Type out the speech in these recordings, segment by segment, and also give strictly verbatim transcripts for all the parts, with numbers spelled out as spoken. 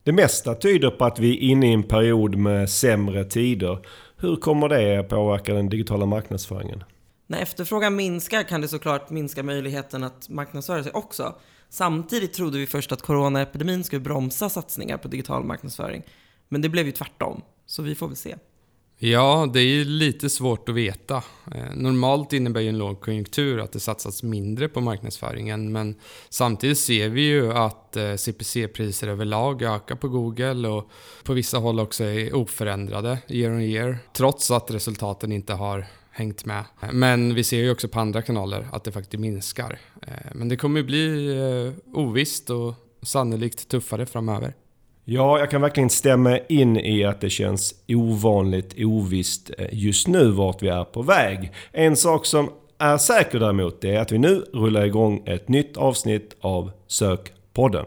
Det mesta tyder på att vi är inne i en period med sämre tider. Hur kommer det påverka den digitala marknadsföringen? När efterfrågan minskar kan det såklart minska möjligheten att marknadsföra sig också. Samtidigt trodde vi först att coronaepidemin skulle bromsa satsningar på digital marknadsföring. Men det blev ju tvärtom, så vi får väl se. Ja, det är ju lite svårt att veta. Normalt innebär ju en lågkonjunktur att det satsas mindre på marknadsföringen, men samtidigt ser vi ju att C P C-priser överlag ökar på Google och på vissa håll också är oförändrade year on year, trots att resultaten inte har hängt med. Men vi ser ju också på andra kanaler att det faktiskt minskar. Men det kommer bli ovisst och sannolikt tuffare framöver. Ja, jag kan verkligen stämma in i att det känns ovanligt ovisst just nu vart vi är på väg. En sak som är säker däremot är att vi nu rullar igång ett nytt avsnitt av Sökpodden.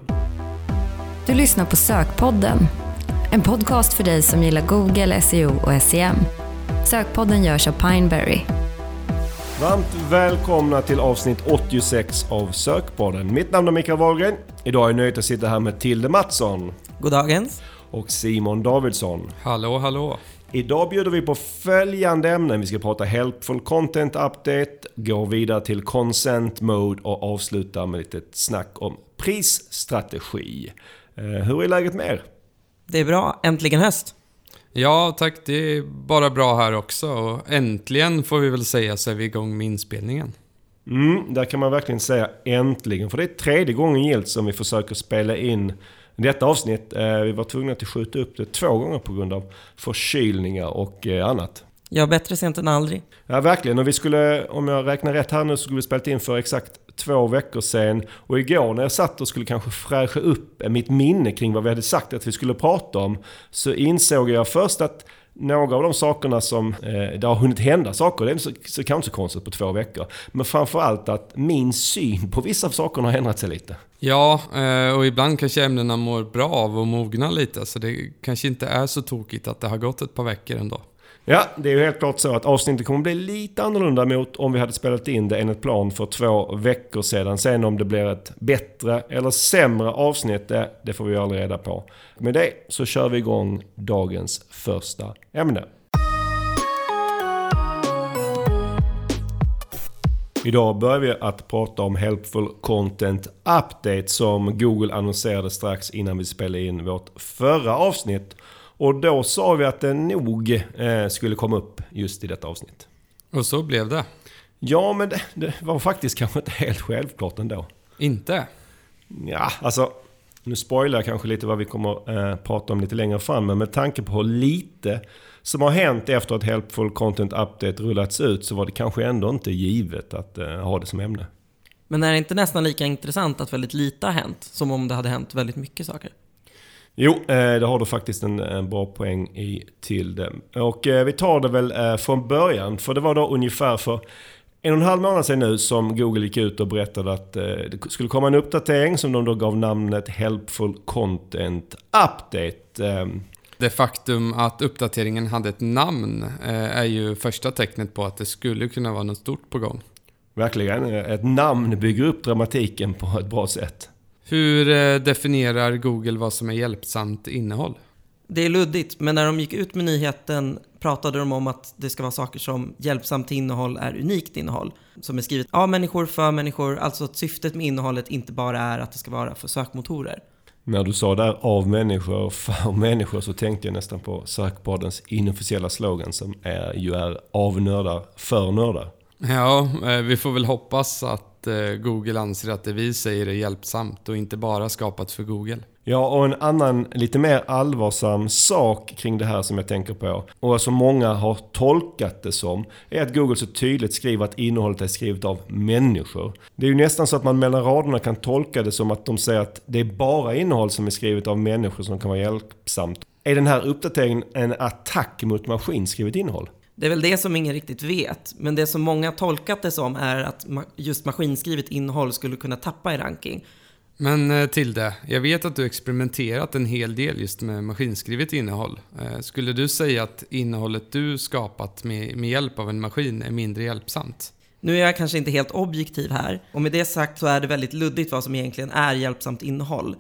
Du lyssnar på Sökpodden, en podcast för dig som gillar Google, S E O och S E M. Sökpodden görs av Pineberry. Varmt välkomna till avsnitt åttiosex av Sökpodden. Mitt namn är Mikael Wahlgren. Idag är jag nöjd att sitta här med Tilde Mattsson. Goddagens. Och Simon Davidsson. Hallå, hallå. Idag bjuder vi på följande ämnen. Vi ska prata Helpful Content Update, gå vidare till Consent Mode och avsluta med lite snack om prisstrategi. Hur är läget med er? Det är bra, äntligen höst. Ja, tack. Det är bara bra här också. Och äntligen får vi väl säga så är vi igång med inspelningen. Mm, där kan man verkligen säga äntligen. För det är tredje gången gillt som vi försöker spela in detta avsnitt. Vi var tvungna att skjuta upp det två gånger på grund av förkylningar och annat. Ja, bättre sent än aldrig. Ja, verkligen. Och vi skulle, om jag räknar rätt här nu, så skulle vi spela in för exakt två veckor sedan. Och igår när jag satt och skulle kanske fräscha upp mitt minne kring vad vi hade sagt att vi skulle prata om, så insåg jag först att några av de sakerna som eh, det har hunnit hända saker, det är så, så kanske så konstigt på två veckor. Men framförallt att min syn på vissa saker har ändrat sig lite. Ja, och ibland kanske ämnena mår bra av och mogna lite. Så det kanske inte är så tokigt att det har gått ett par veckor ändå. Ja, det är ju helt klart så att avsnittet kommer bli lite annorlunda mot om vi hade spelat in det än ett plan för två veckor sedan. Sen om det blir ett bättre eller sämre avsnitt, det, det får vi aldrig reda på. Med det så kör vi igång dagens första ämne. Idag börjar vi att prata om Helpful Content Update som Google annonserade strax innan vi spelade in vårt förra avsnitt. Och då sa vi att det nog eh, skulle komma upp just i detta avsnitt. Och så blev det. Ja, men det, det var faktiskt kanske inte helt självklart ändå. Inte? Ja, alltså nu spoilar jag kanske lite vad vi kommer eh, prata om lite längre fram. Men med tanke på hur lite som har hänt efter att Helpful Content Update rullats ut, så var det kanske ändå inte givet att eh, ha det som ämne. Men är det inte nästan lika intressant att väldigt lite har hänt som om det hade hänt väldigt mycket saker? Jo, det har du faktiskt en, en bra poäng i till det. Och eh, vi tar det väl eh, från början. För det var då ungefär för en och en halv månad sedan nu som Google gick ut och berättade att eh, det skulle komma en uppdatering som de då gav namnet Helpful Content Update. Eh, Det faktum att uppdateringen hade ett namn eh, är ju första tecknet på att det skulle kunna vara något stort på gång. Verkligen, ett namn bygger upp dramatiken på ett bra sätt. Hur definierar Google vad som är hjälpsamt innehåll? Det är luddigt, men när de gick ut med nyheten pratade de om att det ska vara saker som hjälpsamt innehåll är unikt innehåll. Som är skrivet av människor för människor, alltså att syftet med innehållet inte bara är att det ska vara för sökmotorer. När du sa där av människor för människor, så tänkte jag nästan på Sökpoddens inofficiella slogan som är ju är av nördar för nördar. Ja, vi får väl hoppas att Google anser att det vi säger är hjälpsamt och inte bara skapat för Google. Ja, och en annan lite mer allvarsam sak kring det här som jag tänker på, och som många har tolkat det som, är att Google så tydligt skriver att innehållet är skrivet av människor. Det är ju nästan så att man mellan raderna kan tolka det som att de säger att det är bara innehåll som är skrivet av människor som kan vara hjälpsamt. Är den här uppdateringen en attack mot maskinskrivet innehåll? Det är väl det som ingen riktigt vet, men det som många tolkat det som är att just maskinskrivet innehåll skulle kunna tappa i ranking. Men Tilde, jag vet att du experimenterat en hel del just med maskinskrivet innehåll. Skulle du säga att innehållet du skapat med, med hjälp av en maskin är mindre hjälpsamt? Nu är jag kanske inte helt objektiv här, och med det sagt så är det väldigt luddigt vad som egentligen är hjälpsamt innehåll.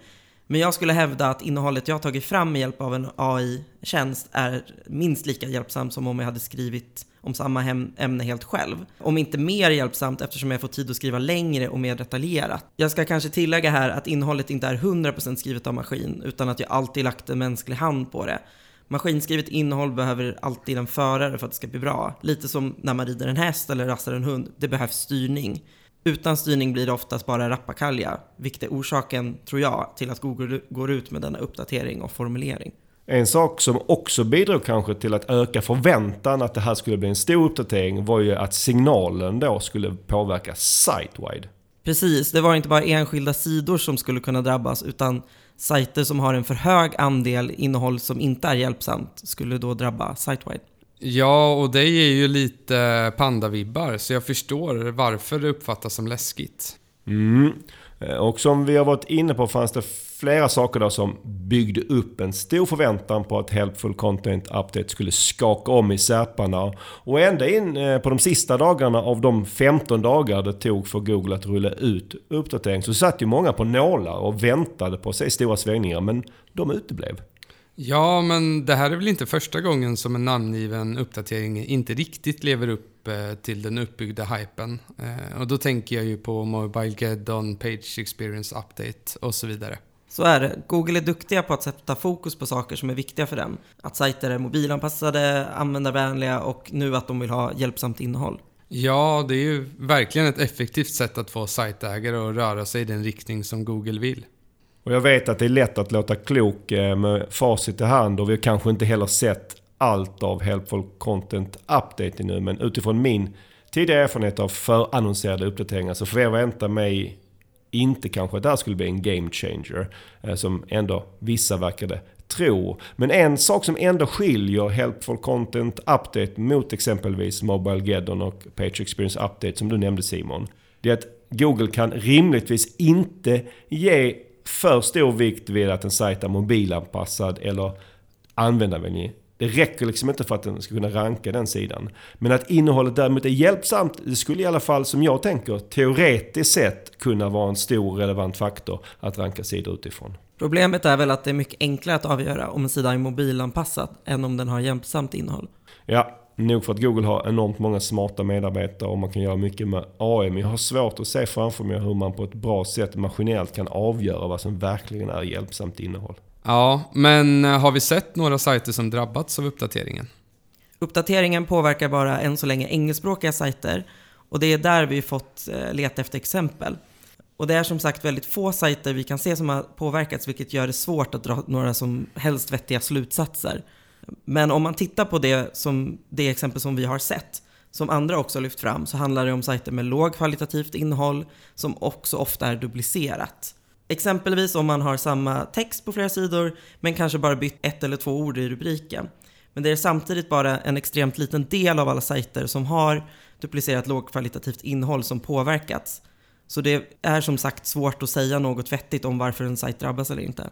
Men jag skulle hävda att innehållet jag har tagit fram med hjälp av en A I-tjänst är minst lika hjälpsamt som om jag hade skrivit om samma ämne helt själv. Om inte mer hjälpsamt eftersom jag får tid att skriva längre och mer detaljerat. Jag ska kanske tillägga här att innehållet inte är hundra procent skrivet av maskin utan att jag alltid lagt en mänsklig hand på det. Maskinskrivet innehåll behöver alltid en förare för att det ska bli bra. Lite som när man rider en häst eller rassar en hund. Det behövs styrning. Utan styrning blir det oftast bara rappakalja, vilket är orsaken, tror jag, till att Google går ut med denna uppdatering och formulering. En sak som också bidrog kanske till att öka förväntan att det här skulle bli en stor uppdatering var ju att signalen då skulle påverka site-wide. Precis, det var inte bara enskilda sidor som skulle kunna drabbas utan sajter som har en för hög andel innehåll som inte är hjälpsamt skulle då drabba site-wide. Ja, och det ger ju lite pandavibbar så jag förstår varför det uppfattas som läskigt. Mm. Och som vi har varit inne på fanns det flera saker där som byggde upp en stor förväntan på att Helpful Content Update skulle skaka om i säparna. Och ända in på de sista dagarna av de femton dagar det tog för Google att rulla ut uppdatering så satt ju många på nålar och väntade på att se stora svängningar, men de uteblev. Ja, men det här är väl inte första gången som en namngiven uppdatering inte riktigt lever upp eh, till den uppbyggda hypen. Eh, och då tänker jag ju på Mobilegeddon, Page Experience Update och så vidare. Så är det. Google är duktiga på att sätta fokus på saker som är viktiga för dem. Att sajter är mobilanpassade, användarvänliga och nu att de vill ha hjälpsamt innehåll. Ja, det är ju verkligen ett effektivt sätt att få sajtägare att röra sig i den riktning som Google vill. Och jag vet att det är lätt att låta klok med facit i hand och vi har kanske inte heller sett allt av Helpful Content Update nu, men utifrån min tidigare erfarenhet av förannonserade uppdateringar så förväntar mig inte kanske att det här skulle bli en game changer som ändå vissa verkade tro. Men en sak som ändå skiljer Helpful Content Update mot exempelvis Mobilegeddon och Page Experience Update som du nämnde, Simon, det är att Google kan rimligtvis inte ge för stor vikt vid att en sajt är mobilanpassad eller användarvänlig. Det räcker liksom inte för att den ska kunna ranka den sidan. Men att innehållet däremot är hjälpsamt, det skulle i alla fall som jag tänker teoretiskt sett kunna vara en stor relevant faktor att ranka sidor utifrån. Problemet är väl att det är mycket enklare att avgöra om en sida är mobilanpassad än om den har hjälpsamt innehåll. Ja, nog för att Google har enormt många smarta medarbetare och man kan göra mycket med A I. Men jag har svårt att se framför mig hur man på ett bra sätt maskinellt kan avgöra vad som verkligen är hjälpsamt innehåll. Ja, men har vi sett några sajter som drabbats av uppdateringen? Uppdateringen påverkar bara än så länge engelskspråkiga sajter och det är där vi fått leta efter exempel. Och det är som sagt väldigt få sajter vi kan se som har påverkats, vilket gör det svårt att dra några som helst vettiga slutsatser. Men om man tittar på det som det exempel som vi har sett, som andra också har lyft fram, så handlar det om sajter med lågkvalitativt innehåll som också ofta är duplicerat. Exempelvis om man har samma text på flera sidor men kanske bara bytt ett eller två ord i rubriken. Men det är samtidigt bara en extremt liten del av alla sajter som har duplicerat lågkvalitativt innehåll som påverkats. Så det är som sagt svårt att säga något vettigt om varför en sajt drabbas eller inte.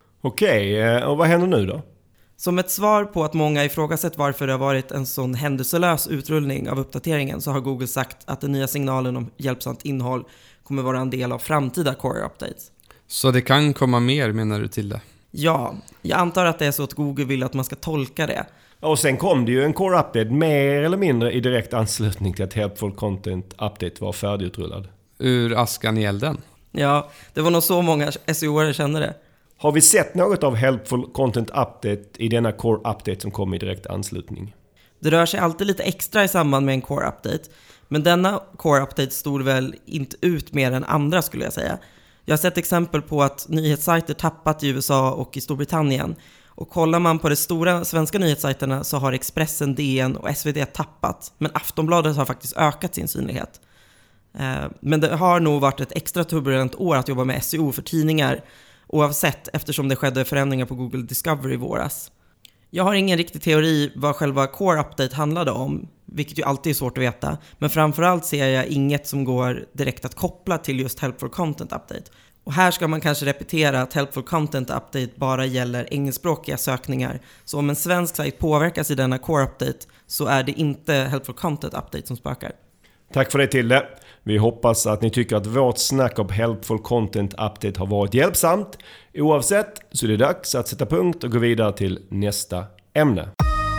Okej, och vad händer nu då? Som ett svar på att många ifrågasätter varför det har varit en sån händelselös utrullning av uppdateringen så har Google sagt att den nya signalen om hjälpsamt innehåll kommer vara en del av framtida Core Updates. Så det kan komma mer, menar du, till det? Ja, jag antar att det är så att Google vill att man ska tolka det. Och sen kom det ju en Core Update mer eller mindre i direkt anslutning till att Helpful Content Update var färdigutrullad. Ur askan i elden? Ja, det var nog så många S E O-are kände det. Har vi sett något av Helpful Content Update i denna Core Update som kom i direkt anslutning? Det rör sig alltid lite extra i samband med en Core Update. Men denna Core Update stod väl inte ut mer än andra skulle jag säga. Jag har sett exempel på att nyhetssajter tappat i U S A och i Storbritannien. Och kollar man på de stora svenska nyhetssajterna så har Expressen, D N och S V D tappat. Men Aftonbladet har faktiskt ökat sin synlighet. Men det har nog varit ett extra turbulent år att jobba med S E O för tidningar oavsett eftersom det skedde förändringar på Google Discovery i våras. Jag har ingen riktig teori vad själva Core Update handlade om, vilket ju alltid är svårt att veta. Men framförallt ser jag inget som går direkt att koppla till just Helpful Content Update. Och här ska man kanske repetera att Helpful Content Update bara gäller engelskspråkiga sökningar. Så om en svensk sajt påverkas i denna Core Update så är det inte Helpful Content Update som spökar. Tack för det, Tilde. Vi hoppas att ni tycker att vårt snack om Helpful Content Update har varit hjälpsamt. Oavsett så är det dags att sätta punkt och gå vidare till nästa ämne.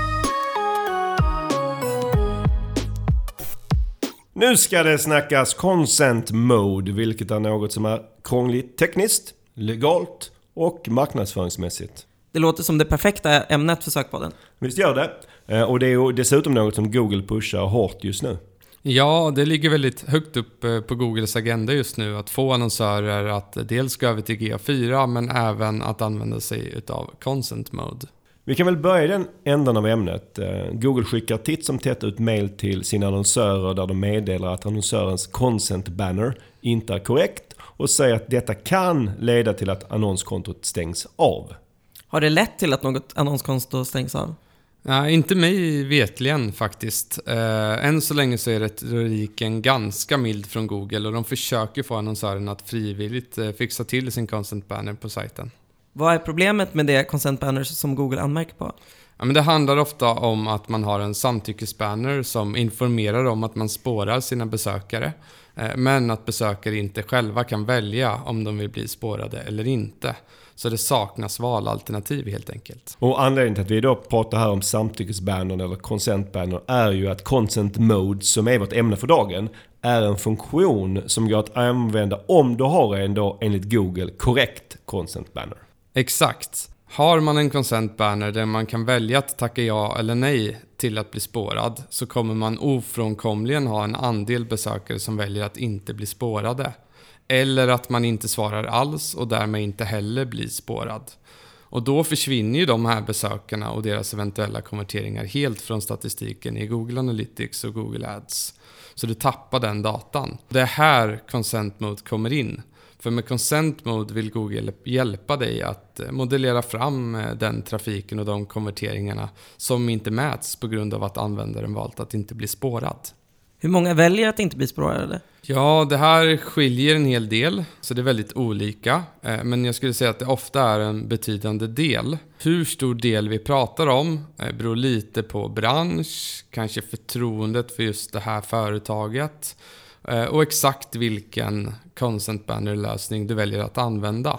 Nu ska det snackas consent mode, vilket är något som är krångligt tekniskt, legalt och marknadsföringsmässigt. Det låter som det perfekta ämnet för sökpodden. Visst gör det. Och det är ju dessutom något som Google pushar hårt just nu. Ja, det ligger väldigt högt upp på Googles agenda just nu att få annonsörer att dels gå över till G A fyra men även att använda sig utav consent mode. Vi kan väl börja i den ändan av ämnet. Google skickar titt som tätt ut mail till sina annonsörer där de meddelar att annonsörens consent banner inte är korrekt och säger att detta kan leda till att annonskontot stängs av. Har det lett till att något annonskonto stängs av? Nej, inte mig vetligen faktiskt. Eh, än så länge så är retoriken ganska mild från Google och de försöker få annonsörerna att frivilligt eh, fixa till sin consent banner på sajten. Vad är problemet med det consent banners som Google anmärker på? Ja, men det handlar ofta om att man har en samtyckesbanner som informerar om att man spårar sina besökare. Eh, men att besökare inte själva kan välja om de vill bli spårade eller inte. Så det saknas valalternativ helt enkelt. Och anledningen till att vi då pratar här om samtyckesbanner eller consent banner är ju att consent mode, som är vårt ämne för dagen, är en funktion som går att använda om du har en då enligt Google korrekt consent banner. Exakt. Har man en consent banner där man kan välja att tacka ja eller nej till att bli spårad så kommer man ofrånkomligen ha en andel besökare som väljer att inte bli spårade. Eller att man inte svarar alls och därmed inte heller blir spårad. Och då försvinner ju de här besökarna och deras eventuella konverteringar helt från statistiken i Google Analytics och Google Ads. Så du tappar den datan. Det är här consent mode kommer in. För med consent mode vill Google hjälpa dig att modellera fram den trafiken och de konverteringarna som inte mäts på grund av att användaren valt att inte bli spårad. Hur många väljer att inte bli spårade? Ja, det här skiljer en hel del, så det är väldigt olika. Men jag skulle säga att det ofta är en betydande del. Hur stor del vi pratar om beror lite på bransch, kanske förtroendet för just det här företaget och exakt vilken consent banner-lösning du väljer att använda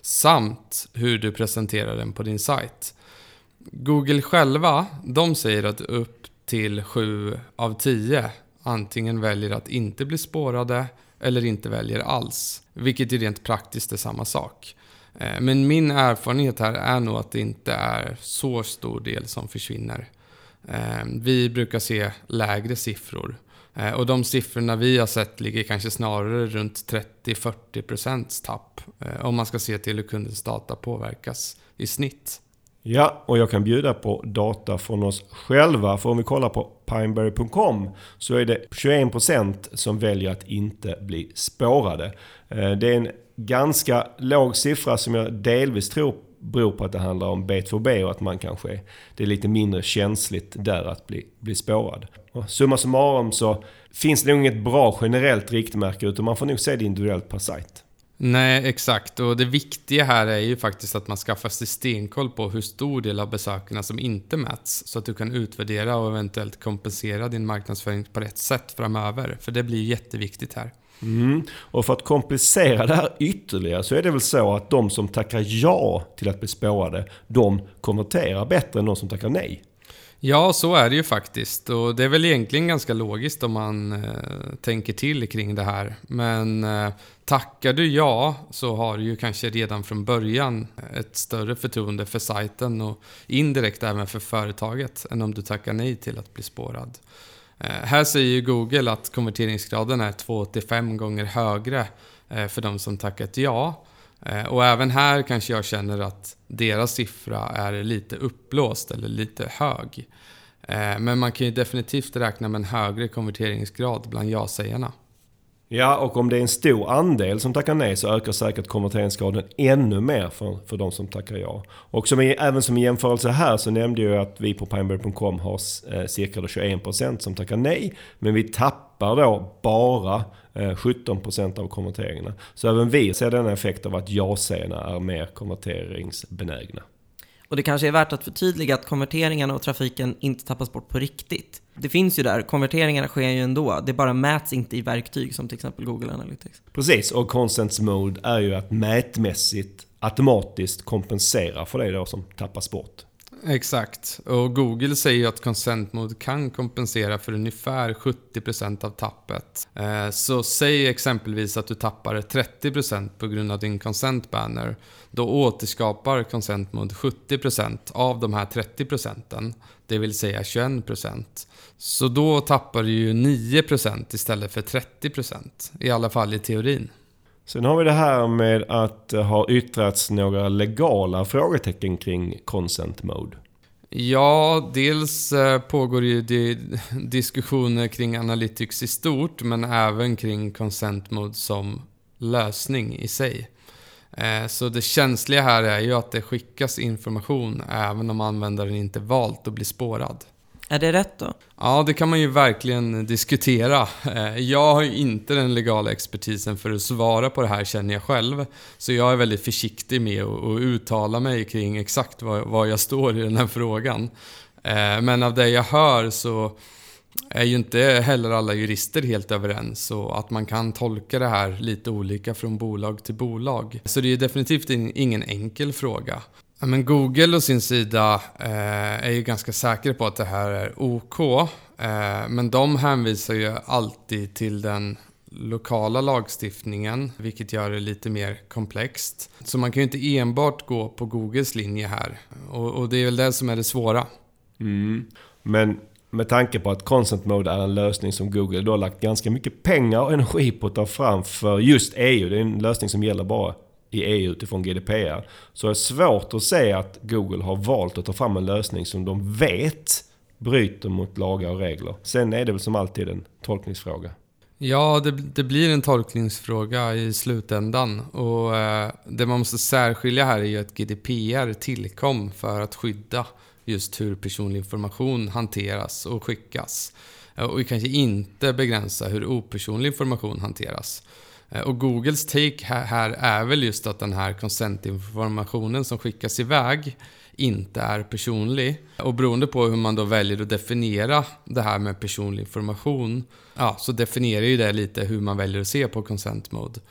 samt hur du presenterar den på din sajt. Google själva, de säger att upp till sju av tio antingen väljer att inte bli spårade eller inte väljer alls. Vilket ju rent praktiskt är samma sak. Men min erfarenhet här är nog att det inte är så stor del som försvinner. Vi brukar se lägre siffror. Och de siffrorna vi har sett ligger kanske snarare runt trettio till fyrtio procent tapp. Om man ska se till hur kundens data påverkas i snitt. Ja, och jag kan bjuda på data från oss själva. För om vi kollar på pineberry punkt com så är det tjugoen procent som väljer att inte bli spårade. Det är en ganska låg siffra som jag delvis tror beror på att det handlar om B två B och att man kanske det är lite mindre känsligt där att bli, bli spårad. Och summa summarum så finns det nog inget bra generellt riktmärke utan man får nog se det individuellt per sajt. Nej, exakt. Och det viktiga här är ju faktiskt att man skaffar sig stenkoll på hur stor del av besökarna som inte mäts så att du kan utvärdera och eventuellt kompensera din marknadsföring på rätt sätt framöver. För det blir jätteviktigt här. Mm. Och för att komplicera det här ytterligare så är det väl så att de som tackar ja till att bli spårade, de konverterar bättre än de som tackar nej. Ja, så är det ju faktiskt. Och det är väl egentligen ganska logiskt om man eh, tänker till kring det här. Men eh, tackar du ja så har du ju kanske redan från början ett större förtroende för sajten och indirekt även för företaget än om du tackar nej till att bli spårad. Eh, här säger ju Google att konverteringsgraden är två till fem gånger högre eh, för de som tackat ja. Och även här kanske jag känner att deras siffra är lite uppblåst eller lite hög. Men man kan ju definitivt räkna med en högre konverteringsgrad bland ja-sägarna. Ja, och om det är en stor andel som tackar nej så ökar säkert konverteringsgraden ännu mer för, för de som tackar ja. Och som är, även som en jämförelse här så nämnde jag att vi på pineberry punkt com har eh, cirka tjugoen procent som tackar nej. Men vi tappar då bara eh, sjutton procent av konverteringarna. Så även vi ser denna effekt av att ja-sägarna är mer konverteringsbenägna. Och det kanske är värt att förtydliga att konverteringarna och trafiken inte tappas bort på riktigt. Det finns ju där, konverteringarna sker ju ändå. Det bara mäts inte i verktyg som till exempel Google Analytics. Precis, och Consent Mode är ju att mätmässigt automatiskt kompensera för det då som tappas bort. Exakt, och Google säger att Consent Mode kan kompensera för ungefär sjuttio procent av tappet. Så säg exempelvis att du tappar trettio procent på grund av din Consent Banner. Då återskapar Consent Mode sjuttio procent av de här trettio procenten, det vill säga tjugoen procent. Så då tappar du ju nio procent istället för trettio procent, i alla fall i teorin. Sen har vi det här med att ha yttrats några legala frågetecken kring Consent Mode. Ja, dels pågår ju diskussioner kring Analytics i stort, men även kring Consent Mode som lösning i sig. Så det känsliga här är ju att det skickas information även om användaren inte valt att bli spårad. Är det rätt då? Ja, det kan man ju verkligen diskutera. Jag har ju inte den legala expertisen för att svara på det här, känner jag själv. Så jag är väldigt försiktig med att uttala mig kring exakt var jag står i den här frågan. Men av det jag hör så är ju inte heller alla jurister helt överens, så att man kan tolka det här lite olika från bolag till bolag. Så det är definitivt ingen enkel fråga. Men Google och sin sida eh, är ju ganska säkra på att det här är OK. Eh, men de hänvisar ju alltid till den lokala lagstiftningen, vilket gör det lite mer komplext. Så man kan ju inte enbart gå på Googles linje här. Och, och det är väl det som är det svåra. Mm. Men med tanke på att Consent Mode är en lösning som Google då har lagt ganska mycket pengar och energi på att ta fram för just E U. Det är en lösning som gäller bara i E U utifrån G D P R. Så det är svårt att säga att Google har valt att ta fram en lösning som de vet bryter mot lagar och regler. Sen är det väl som alltid en tolkningsfråga. Ja, det, det blir en tolkningsfråga i slutändan. Och eh, det man måste särskilja här är ju att G D P R tillkom för att skydda just hur personlig information hanteras och skickas. Och kanske inte begränsa hur opersonlig information hanteras. Och Googles take här är väl just att den här consentinformationen som skickas iväg inte är personlig. Och beroende på hur man då väljer att definiera det här med personlig information, ja, så definierar ju det lite hur man väljer att se på consent mode.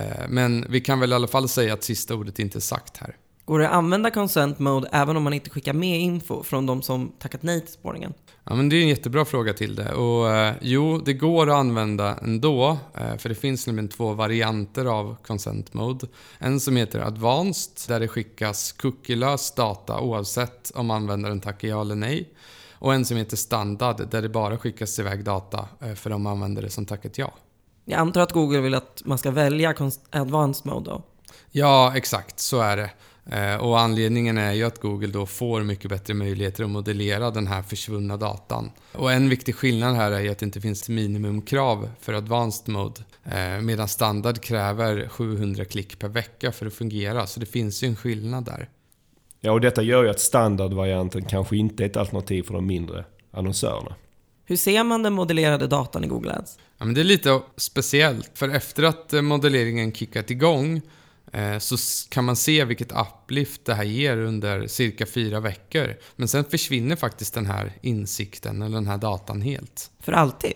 Men vi kan väl i alla fall säga att sista ordet inte är sagt här. Går det att använda consent mode även om man inte skickar med info från de som tackat nej till spårningen? Ja, men det är en jättebra fråga till det. Och eh, jo, det går att använda ändå. Eh, för det finns nämligen två varianter av consent mode. En som heter advanced, där det skickas cookielös data oavsett om användaren tackar ja eller nej. Och en som heter standard, där det bara skickas iväg data eh, för de användare som tackat ja. Jag antar att Google vill att man ska välja advanced mode då? Ja, exakt. Så är det. Och anledningen är ju att Google då får mycket bättre möjligheter att modellera den här försvunna datan. Och en viktig skillnad här är ju att det inte finns minimumkrav för advanced mode, medan standard kräver sjuhundra klick per vecka för att fungera. Så det finns ju en skillnad där. Ja, och detta gör ju att standardvarianten kanske inte är ett alternativ för de mindre annonsörerna. Hur ser man den modellerade datan i Google Ads? Ja, men det är lite speciellt, för efter att modelleringen kickat igång så kan man se vilket uplift det här ger under cirka fyra veckor. Men sen försvinner faktiskt den här insikten eller den här datan helt. För alltid?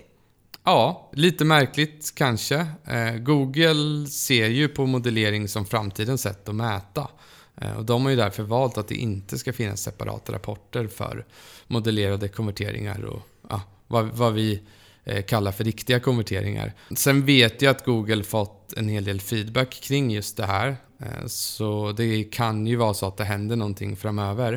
Ja, lite märkligt kanske. Google ser ju på modellering som framtidens sätt att mäta. Och de har ju därför valt att det inte ska finnas separata rapporter för modellerade konverteringar och ja, vad, vad vi kallar för riktiga konverteringar. Sen vet jag att Google fått en hel del feedback kring just det här. Så det kan ju vara så att det händer någonting framöver.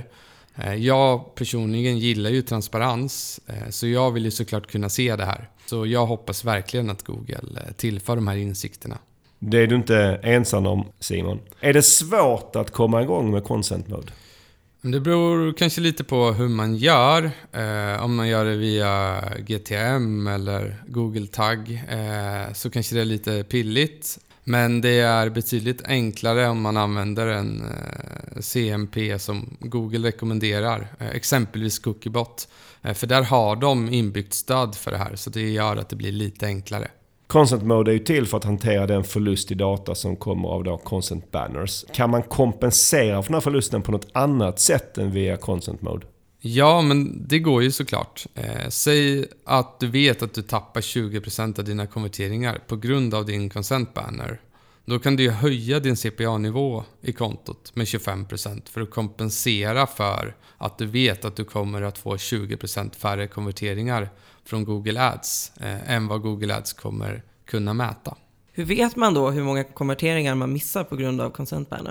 Jag personligen gillar ju transparens, så jag vill ju såklart kunna se det här. Så jag hoppas verkligen att Google tillför de här insikterna. Det är du inte ensam om, Simon. Är det svårt att komma igång med consent mode? Det beror kanske lite på hur man gör. Eh, om man gör det via G T M eller Google Tag eh, så kanske det är lite pilligt. Men det är betydligt enklare om man använder en eh, C M P som Google rekommenderar. Eh, exempelvis Cookiebot. Eh, för där har de inbyggt stöd för det här, så det gör att det blir lite enklare. Consent Mode är ju till för att hantera den förlust i data som kommer av då Consent Banners. Kan man kompensera för den här förlusten på något annat sätt än via Consent Mode? Ja, men det går ju såklart. Eh, säg att du vet att du tappar tjugo procent av dina konverteringar på grund av din Consent Banner. Då kan du ju höja din C P A-nivå i kontot med tjugofem procent för att kompensera för att du vet att du kommer att få tjugo procent färre konverteringar från Google Ads eh, än vad Google Ads kommer kunna mäta. Hur vet man då hur många konverteringar man missar på grund av Consent Bannern?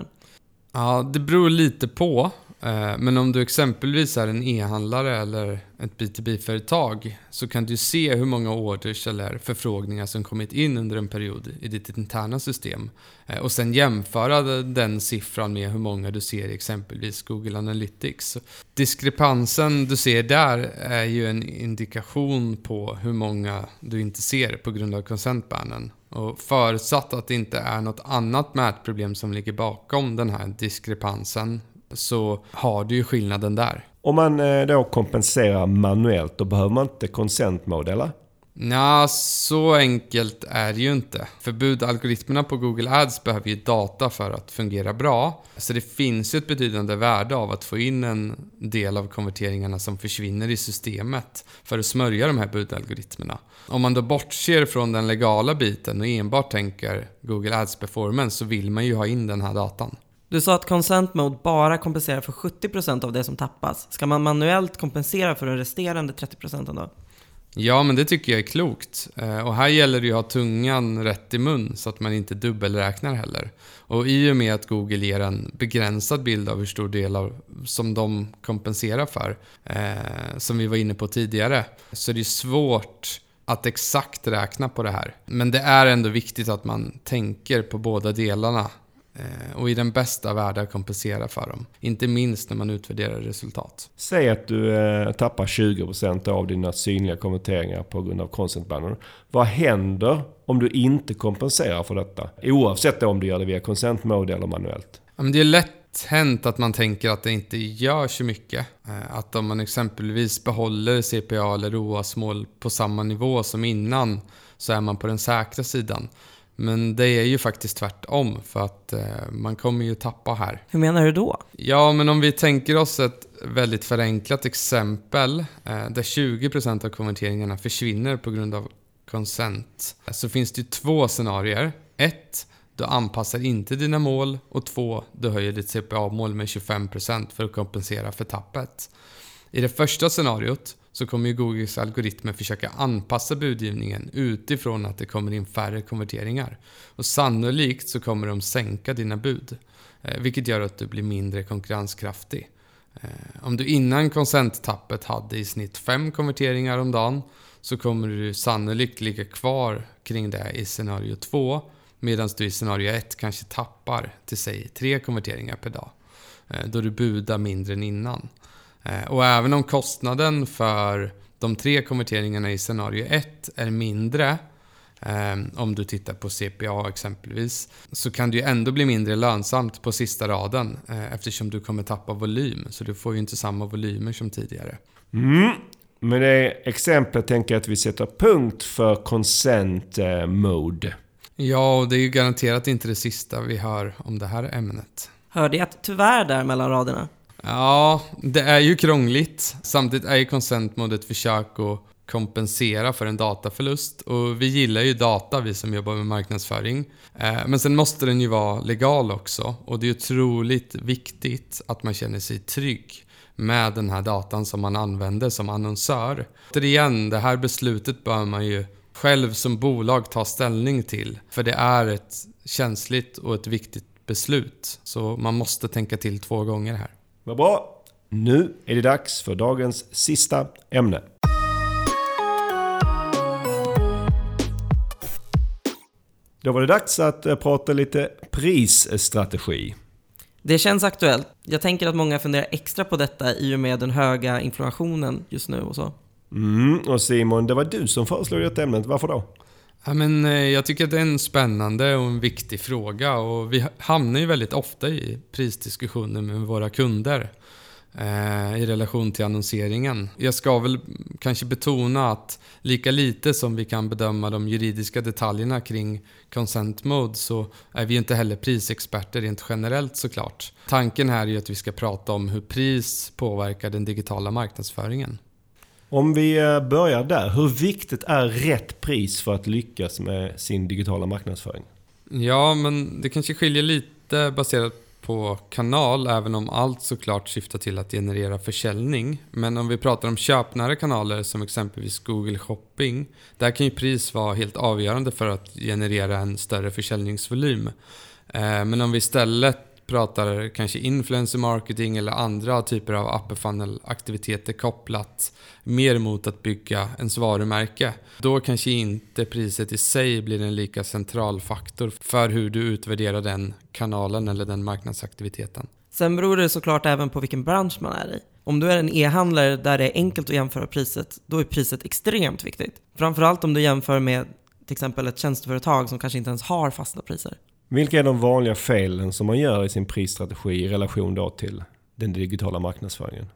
Ja, det beror lite på. Men om du exempelvis är en e-handlare eller ett B two B-företag så kan du se hur många orders eller förfrågningar som kommit in under en period i ditt interna system och sen jämföra den siffran med hur många du ser i exempelvis Google Analytics. Diskrepansen du ser där är ju en indikation på hur många du inte ser på grund av consent-bannen. Och förutsatt att det inte är något annat mätproblem som ligger bakom den här diskrepansen så har du ju skillnaden där. Om man då kompenserar manuellt, då behöver man inte consent mode, eller? Nej, så enkelt är det ju inte. Förbudalgoritmerna på Google Ads behöver ju data för att fungera bra. Så det finns ju ett betydande värde av att få in en del av konverteringarna som försvinner i systemet för att smörja de här budalgoritmerna. Om man då bortser från den legala biten och enbart tänker Google Ads performance så vill man ju ha in den här datan. Du sa att consent mode bara kompenserar för sjuttio procent av det som tappas. Ska man manuellt kompensera för de resterande trettio procent då? Ja, men det tycker jag är klokt. Och här gäller det ju att ha tungan rätt i mun så att man inte dubbelräknar heller. Och i och med att Google ger en begränsad bild av hur stor del av, som de kompenserar för, eh, som vi var inne på tidigare, så är det svårt att exakt räkna på det här. Men det är ändå viktigt att man tänker på båda delarna och i den bästa världen kompensera för dem. Inte minst när man utvärderar resultat. Säg att du eh, tappar tjugo procent av dina synliga konverteringar på grund av consent banner. Vad händer om du inte kompenserar för detta? Oavsett om du gör det via consent mode eller manuellt. Ja, men det är lätt hänt att man tänker att det inte gör så mycket. Att om man exempelvis behåller C P A eller O A S-mål på samma nivå som innan så är man på den säkra sidan. Men det är ju faktiskt tvärtom för att eh, man kommer ju tappa här. Hur menar du då? Ja, men om vi tänker oss ett väldigt förenklat exempel eh, där tjugo procent av konverteringarna försvinner på grund av consent så finns det ju två scenarier. Ett, du anpassar inte dina mål och två, du höjer ditt C P A-mål med tjugofem procent för att kompensera för tappet. I det första scenariot så kommer ju Googles algoritmer försöka anpassa budgivningen utifrån att det kommer in färre konverteringar. Och sannolikt så kommer de sänka dina bud, eh, vilket gör att du blir mindre konkurrenskraftig. Eh, om du innan consent-tappet hade i snitt fem konverteringar om dagen så kommer du sannolikt ligga kvar kring det i scenario två medan du i scenario ett kanske tappar till sig tre konverteringar per dag eh, då du budar mindre än innan. Och även om kostnaden för de tre konverteringarna i scenario ett är mindre, eh, om du tittar på C P A exempelvis, så kan det ju ändå bli mindre lönsamt på sista raden eh, eftersom du kommer tappa volym. Så du får ju inte samma volymer som tidigare. Mm. Med det exemplet tänker jag att vi sätter punkt för consent mode. Ja, och det är ju garanterat inte det sista vi hör om det här ämnet. Hörde jag tyvärr där mellan raderna? Ja, det är ju krångligt. Samtidigt är ju consent mode ett försök att kompensera för en dataförlust. Och vi gillar ju data, vi som jobbar med marknadsföring. Men sen måste den ju vara legal också. Och det är otroligt viktigt att man känner sig trygg med den här datan som man använder som annonsör. Återigen, det här beslutet bör man ju själv som bolag ta ställning till. För det är ett känsligt och ett viktigt beslut. Så man måste tänka till två gånger här. Vad bra. Nu är det dags för dagens sista ämne. Då var det dags att prata lite prisstrategi. Det känns aktuellt. Jag tänker att många funderar extra på detta i och med den höga inflationen just nu och så. Mm, och Simon, det var du som föreslog det ämnet. Varför då? Ja, men jag tycker att det är en spännande och en viktig fråga och vi hamnar ju väldigt ofta i prisdiskussioner med våra kunder. eh, i relation till annonseringen. Jag ska väl kanske betona att lika lite som vi kan bedöma de juridiska detaljerna kring consent mode så är vi inte heller prisexperter rent generellt såklart. Tanken här är ju att vi ska prata om hur pris påverkar den digitala marknadsföringen. Om vi börjar där, hur viktigt är rätt pris för att lyckas med sin digitala marknadsföring? Ja, men det kanske skiljer lite baserat på kanal, även om allt såklart syftar till att generera försäljning. Men om vi pratar om köpnära kanaler som exempelvis Google Shopping, där kan ju pris vara helt avgörande för att generera en större försäljningsvolym. Men om vi istället pratar kanske influencer marketing eller andra typer av upper funnel aktiviteter kopplat mer mot att bygga ens varumärke, då kanske inte priset i sig blir en lika central faktor för hur du utvärderar den kanalen eller den marknadsaktiviteten. Sen beror det såklart även på vilken bransch man är i. Om du är en e-handlare där det är enkelt att jämföra priset, då är priset extremt viktigt. Framförallt om du jämför med till exempel ett tjänsteföretag som kanske inte ens har fasta priser. Vilka är de vanliga felen som man gör i sin prisstrategi i relation då till den digitala marknadsföringen?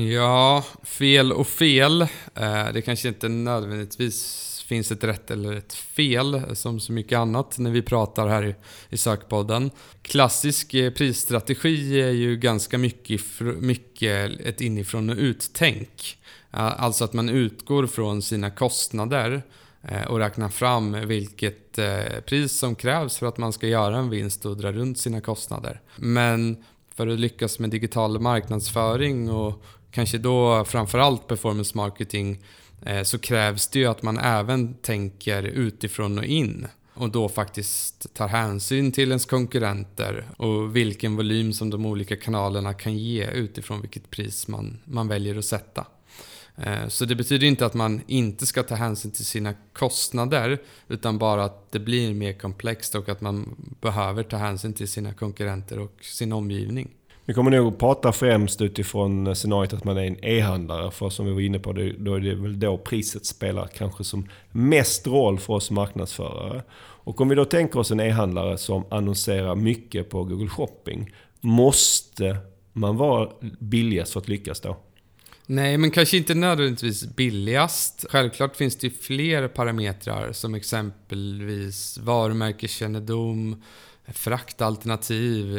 Ja, fel och fel. Det kanske inte nödvändigtvis finns ett rätt eller ett fel som så mycket annat när vi pratar här i, i sökpodden. Klassisk prisstrategi är ju ganska mycket, mycket ett inifrån och uttänk. Alltså att man utgår från sina kostnader och räkna fram vilket pris som krävs för att man ska göra en vinst och dra runt sina kostnader. Men för att lyckas med digital marknadsföring och kanske då framförallt performance marketing så krävs det ju att man även tänker utifrån och in och då faktiskt tar hänsyn till ens konkurrenter och vilken volym som de olika kanalerna kan ge utifrån vilket pris man, man väljer att sätta. Så det betyder inte att man inte ska ta hänsyn till sina kostnader utan bara att det blir mer komplext och att man behöver ta hänsyn till sina konkurrenter och sin omgivning. Vi kommer nog att prata främst utifrån scenariot att man är en e-handlare, för som vi var inne på, då är det väl då priset spelar kanske som mest roll för oss marknadsförare. Och om vi då tänker oss en e-handlare som annonserar mycket på Google Shopping, måste man vara billigast för att lyckas då? Nej, men kanske inte nödvändigtvis billigast. Självklart finns det ju fler parametrar som exempelvis varumärkeskännedom, fraktalternativ,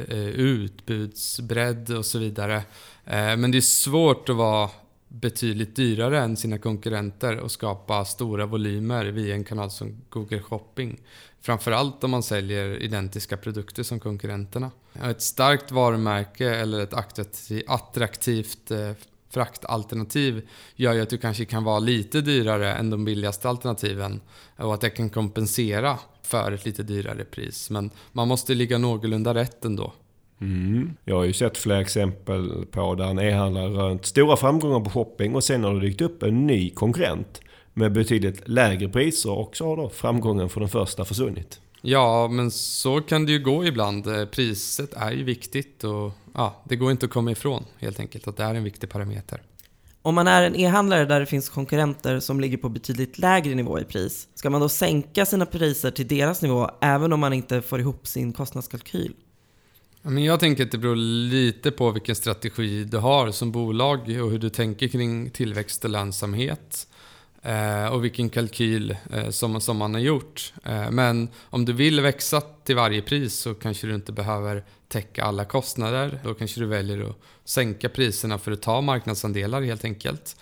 utbudsbredd och så vidare. Men det är svårt att vara betydligt dyrare än sina konkurrenter och skapa stora volymer via en kanal som Google Shopping. Framförallt om man säljer identiska produkter som konkurrenterna. Ett starkt varumärke eller ett attraktivt fraktalternativ gör ju att du kanske kan vara lite dyrare än de billigaste alternativen och att det kan kompensera för ett lite dyrare pris. Men man måste ligga någorlunda rätt ändå. Mm. Jag har ju sett flera exempel på där en e-handlare rönt stora framgångar på shopping och sen har det dykt upp en ny konkurrent med betydligt lägre priser och så har då framgången för den första försvunnit. Ja, men så kan det ju gå ibland. Priset är ju viktigt och ja, det går inte att komma ifrån helt enkelt att det är en viktig parameter. Om man är en e-handlare där det finns konkurrenter som ligger på betydligt lägre nivå i pris, ska man då sänka sina priser till deras nivå även om man inte får ihop sin kostnadskalkyl? Men jag tänker att det beror lite på vilken strategi du har som bolag och hur du tänker kring tillväxt och lönsamhet. Och vilken kalkyl som, som man har gjort. Men om du vill växa till varje pris så kanske du inte behöver täcka alla kostnader. Då kanske du väljer att sänka priserna för att ta marknadsandelar helt enkelt.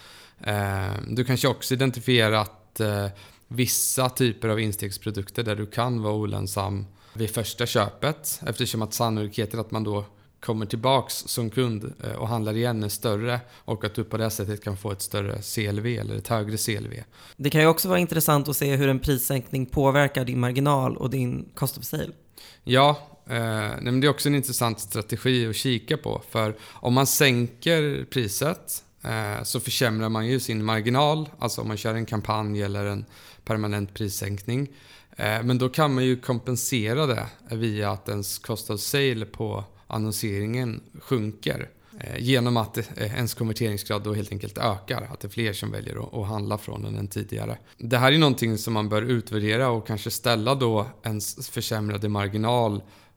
Du kanske också identifierat vissa typer av instegsprodukter där du kan vara olönsam vid första köpet. Eftersom att sannolikheten att man då kommer tillbaks som kund och handlar igen är större och att du på det sättet kan få ett större C L V eller ett högre C L V. Det kan ju också vara intressant att se hur en prissänkning påverkar din marginal och din cost of sale. Ja, eh, men det är också en intressant strategi att kika på. För om man sänker priset eh, så försämrar man ju sin marginal. Alltså om man kör en kampanj eller en permanent prissänkning. Eh, men då kan man ju kompensera det via att ens cost of sale på annonseringen sjunker eh, genom att eh, ens konverteringsgrad då helt enkelt ökar. Att det är fler som väljer att, att handla från den än tidigare. Det här är någonting som man bör utvärdera och kanske ställa då ens försämrade marginal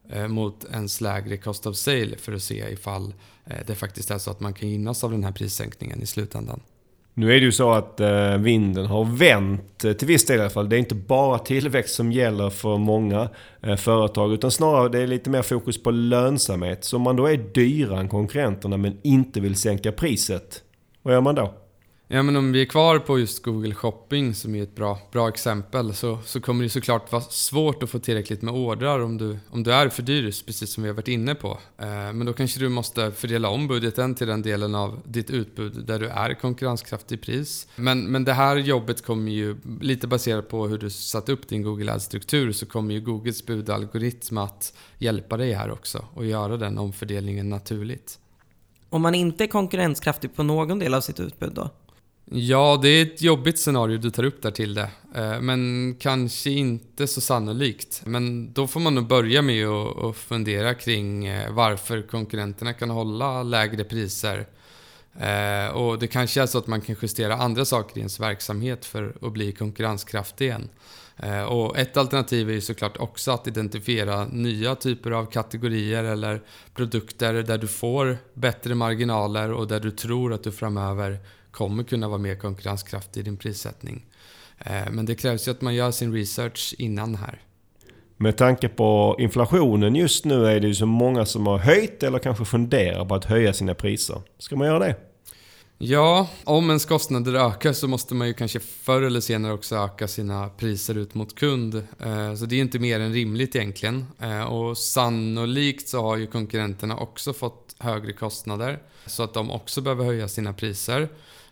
eh, mot ens lägre cost of sale för att se ifall eh, det faktiskt är så att man kan gynnas av den här prissänkningen i slutändan. Nu är det ju så att eh, vinden har vänt eh, till viss del i alla fall. Det är inte bara tillväxt som gäller för många eh, företag, utan snarare det är lite mer fokus på lönsamhet. Så om man då är dyrare än konkurrenterna men inte vill sänka priset, vad gör man då? Ja, men om vi är kvar på just Google Shopping som är ett bra, bra exempel så, så kommer det såklart vara svårt att få tillräckligt med ordrar om du, om du är för dyr, precis som vi har varit inne på. Eh, men då kanske du måste fördela om budgeten till den delen av ditt utbud där du är konkurrenskraftig i pris. Men, men det här jobbet kommer ju, lite baserat på hur du satt upp din Google Ads-struktur, så kommer ju Googles budalgoritm att hjälpa dig här också och göra den omfördelningen naturligt. Om man inte är konkurrenskraftig på någon del av sitt utbud då? Ja, det är ett jobbigt scenario du tar upp där till det. Men kanske inte så sannolikt. Men då får man nog börja med att fundera kring varför konkurrenterna kan hålla lägre priser. Och det kanske är så att man kan justera andra saker i ens verksamhet för att bli konkurrenskraftig igen. Och ett alternativ är ju såklart också att identifiera nya typer av kategorier eller produkter där du får bättre marginaler och där du tror att du framöver kommer kunna vara mer konkurrenskraftig i din prissättning. Men det krävs ju att man gör sin research innan här. Med tanke på inflationen just nu är det ju så många som har höjt eller kanske funderar på att höja sina priser. Ska man göra det? Ja, om ens kostnader ökar så måste man ju kanske förr eller senare också öka sina priser ut mot kund. Så det är inte mer än rimligt egentligen. Och sannolikt så har ju konkurrenterna också fått högre kostnader så att de också behöver höja sina priser.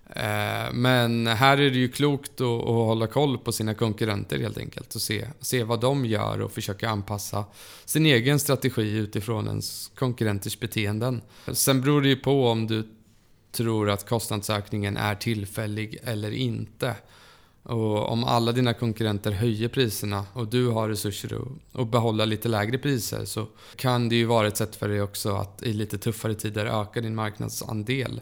Men här är det ju klokt att, att hålla koll på sina konkurrenter helt enkelt och se, se vad de gör och försöka anpassa sin egen strategi utifrån ens konkurrenters beteenden. Sen beror det ju på om du tror att kostnadsökningen är tillfällig eller inte. Och om alla dina konkurrenter höjer priserna och du har resurser att, att behålla lite lägre priser, så kan det ju vara ett sätt för dig också att i lite tuffare tider öka din marknadsandel.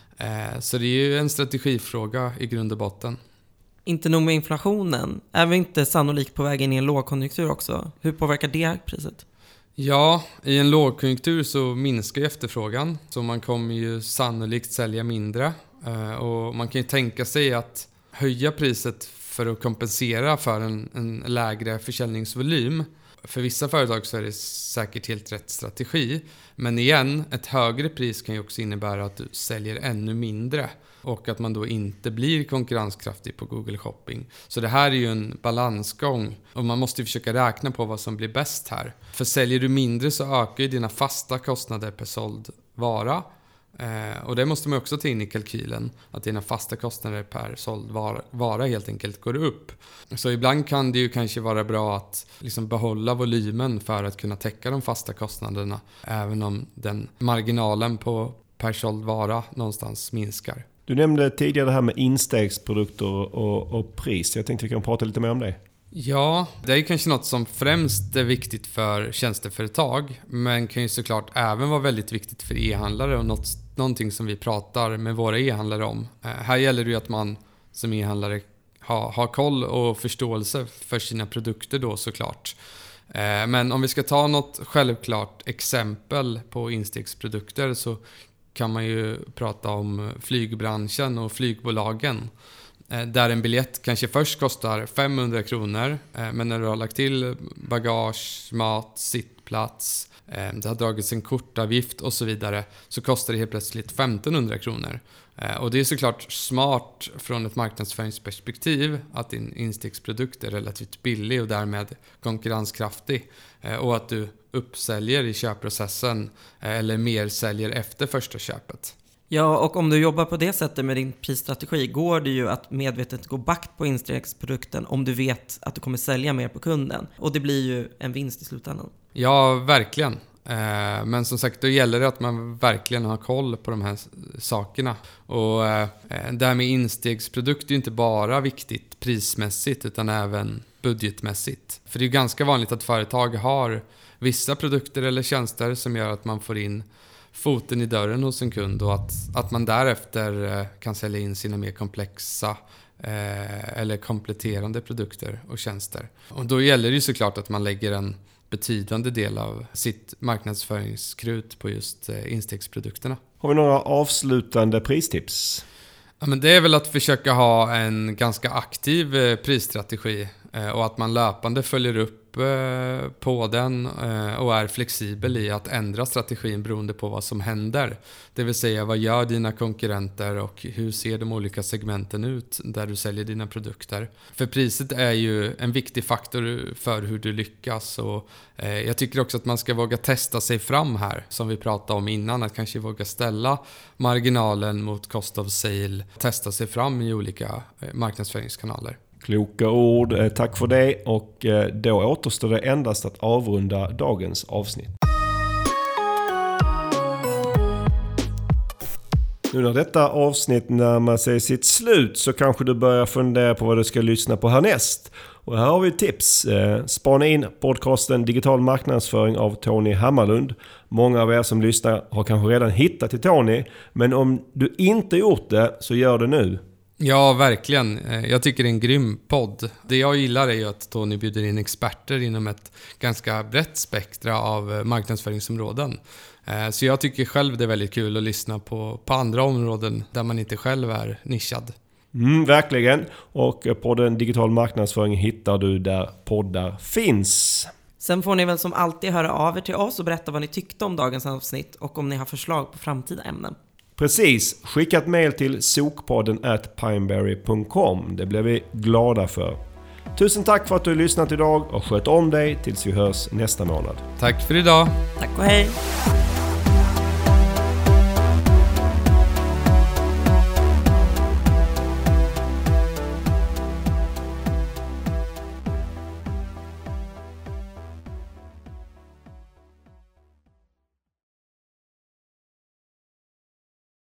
Så det är ju en strategifråga i grund och botten. Inte nog med inflationen. Är vi inte sannolikt på väg in i en lågkonjunktur också? Hur påverkar det priset? Ja, i en lågkonjunktur så minskar ju efterfrågan. Så man kommer ju sannolikt sälja mindre. Och man kan ju tänka sig att höja priset för att kompensera för en, en lägre försäljningsvolym. För vissa företag så är det säkert helt rätt strategi. Men igen, ett högre pris kan ju också innebära att du säljer ännu mindre. Och att man då inte blir konkurrenskraftig på Google Shopping. Så det här är ju en balansgång. Och man måste ju försöka räkna på vad som blir bäst här. För säljer du mindre så ökar ju dina fasta kostnader per såld vara. Eh, och det måste man också ta in i kalkylen. Att dina fasta kostnader per såld vara, vara helt enkelt går upp. Så ibland kan det ju kanske vara bra att liksom behålla volymen för att kunna täcka de fasta kostnaderna. Även om den marginalen på per såld vara någonstans minskar. Du nämnde tidigare det här med instegsprodukter och, och pris. Jag tänkte vi kan prata lite mer om det. Ja, det är kanske något som främst är viktigt för tjänsteföretag, men kan ju såklart även vara väldigt viktigt för e-handlare och något, någonting som vi pratar med våra e-handlare om. Eh, här gäller det ju att man som e-handlare har, har koll och förståelse för sina produkter då såklart. Eh, men om vi ska ta något självklart exempel på instegsprodukter så kan man ju prata om flygbranschen och flygbolagen. Där en biljett kanske först kostar femhundra kronor, men när du har lagt till bagage, mat, sittplats, det har dragits en kortavgift och så vidare, så kostar det helt plötsligt femtonhundra kronor. Och det är såklart smart från ett marknadsföringsperspektiv att din instegsprodukt är relativt billig och därmed konkurrenskraftig. Och att du uppsäljer i köpprocessen eller mer säljer efter första köpet. Ja, och om du jobbar på det sättet med din prisstrategi går det ju att medvetet gå back på instegsprodukten om du vet att du kommer sälja mer på kunden. Och det blir ju en vinst i slutändan. Ja, verkligen. Men som sagt, då gäller det att man verkligen har koll på de här sakerna. Och det här med instegsprodukt är ju inte bara viktigt prismässigt utan även budgetmässigt. För det är ju ganska vanligt att företag har vissa produkter eller tjänster som gör att man får in foten i dörren hos en kund och att, att man därefter kan sälja in sina mer komplexa eh, eller kompletterande produkter och tjänster. Och då gäller det ju såklart att man lägger en betydande del av sitt marknadsföringskrut på just instegsprodukterna. Har vi några avslutande pristips? Ja, men det är väl att försöka ha en ganska aktiv eh, prisstrategi eh, och att man löpande följer upp eh, på den eh, och är flexibel i att ändra strategin beroende på vad som händer. Det vill säga, vad gör dina konkurrenter och hur ser de olika segmenten ut där du säljer dina produkter? För priset är ju en viktig faktor för hur du lyckas, och eh, jag tycker också att man ska våga testa sig fram här, som vi pratade om innan, att kanske våga ställa marginalen mot cost of sale, testa sig fram i olika marknadsföringskanaler. Kloka ord, tack för det, och då återstår det endast att avrunda dagens avsnitt. Nu när detta avsnitt närmar sig sitt slut så kanske du börjar fundera på vad du ska lyssna på härnäst. Och här har vi tips. Spana in podcasten Digital marknadsföring av Tony Hammarlund. Många av er som lyssnar har kanske redan hittat till Tony, men om du inte gjort det så gör det nu. Ja, verkligen. Jag tycker det är en grym podd. Det jag gillar är ju att Tony bjuder in experter inom ett ganska brett spektra av marknadsföringsområden. Så jag tycker själv det är väldigt kul att lyssna på, på andra områden där man inte själv är nischad. Mm, verkligen. Och podden Digital marknadsföring hittar du där poddar finns. Sen får ni väl som alltid höra av er till oss och berätta vad ni tyckte om dagens avsnitt och om ni har förslag på framtida ämnen. Precis, skicka ett mejl till sokpodden at pineberry punkt com. Det blir vi glada för. Tusen tack för att du har lyssnat idag och sköt om dig tills vi hörs nästa månad. Tack för idag. Tack och hej.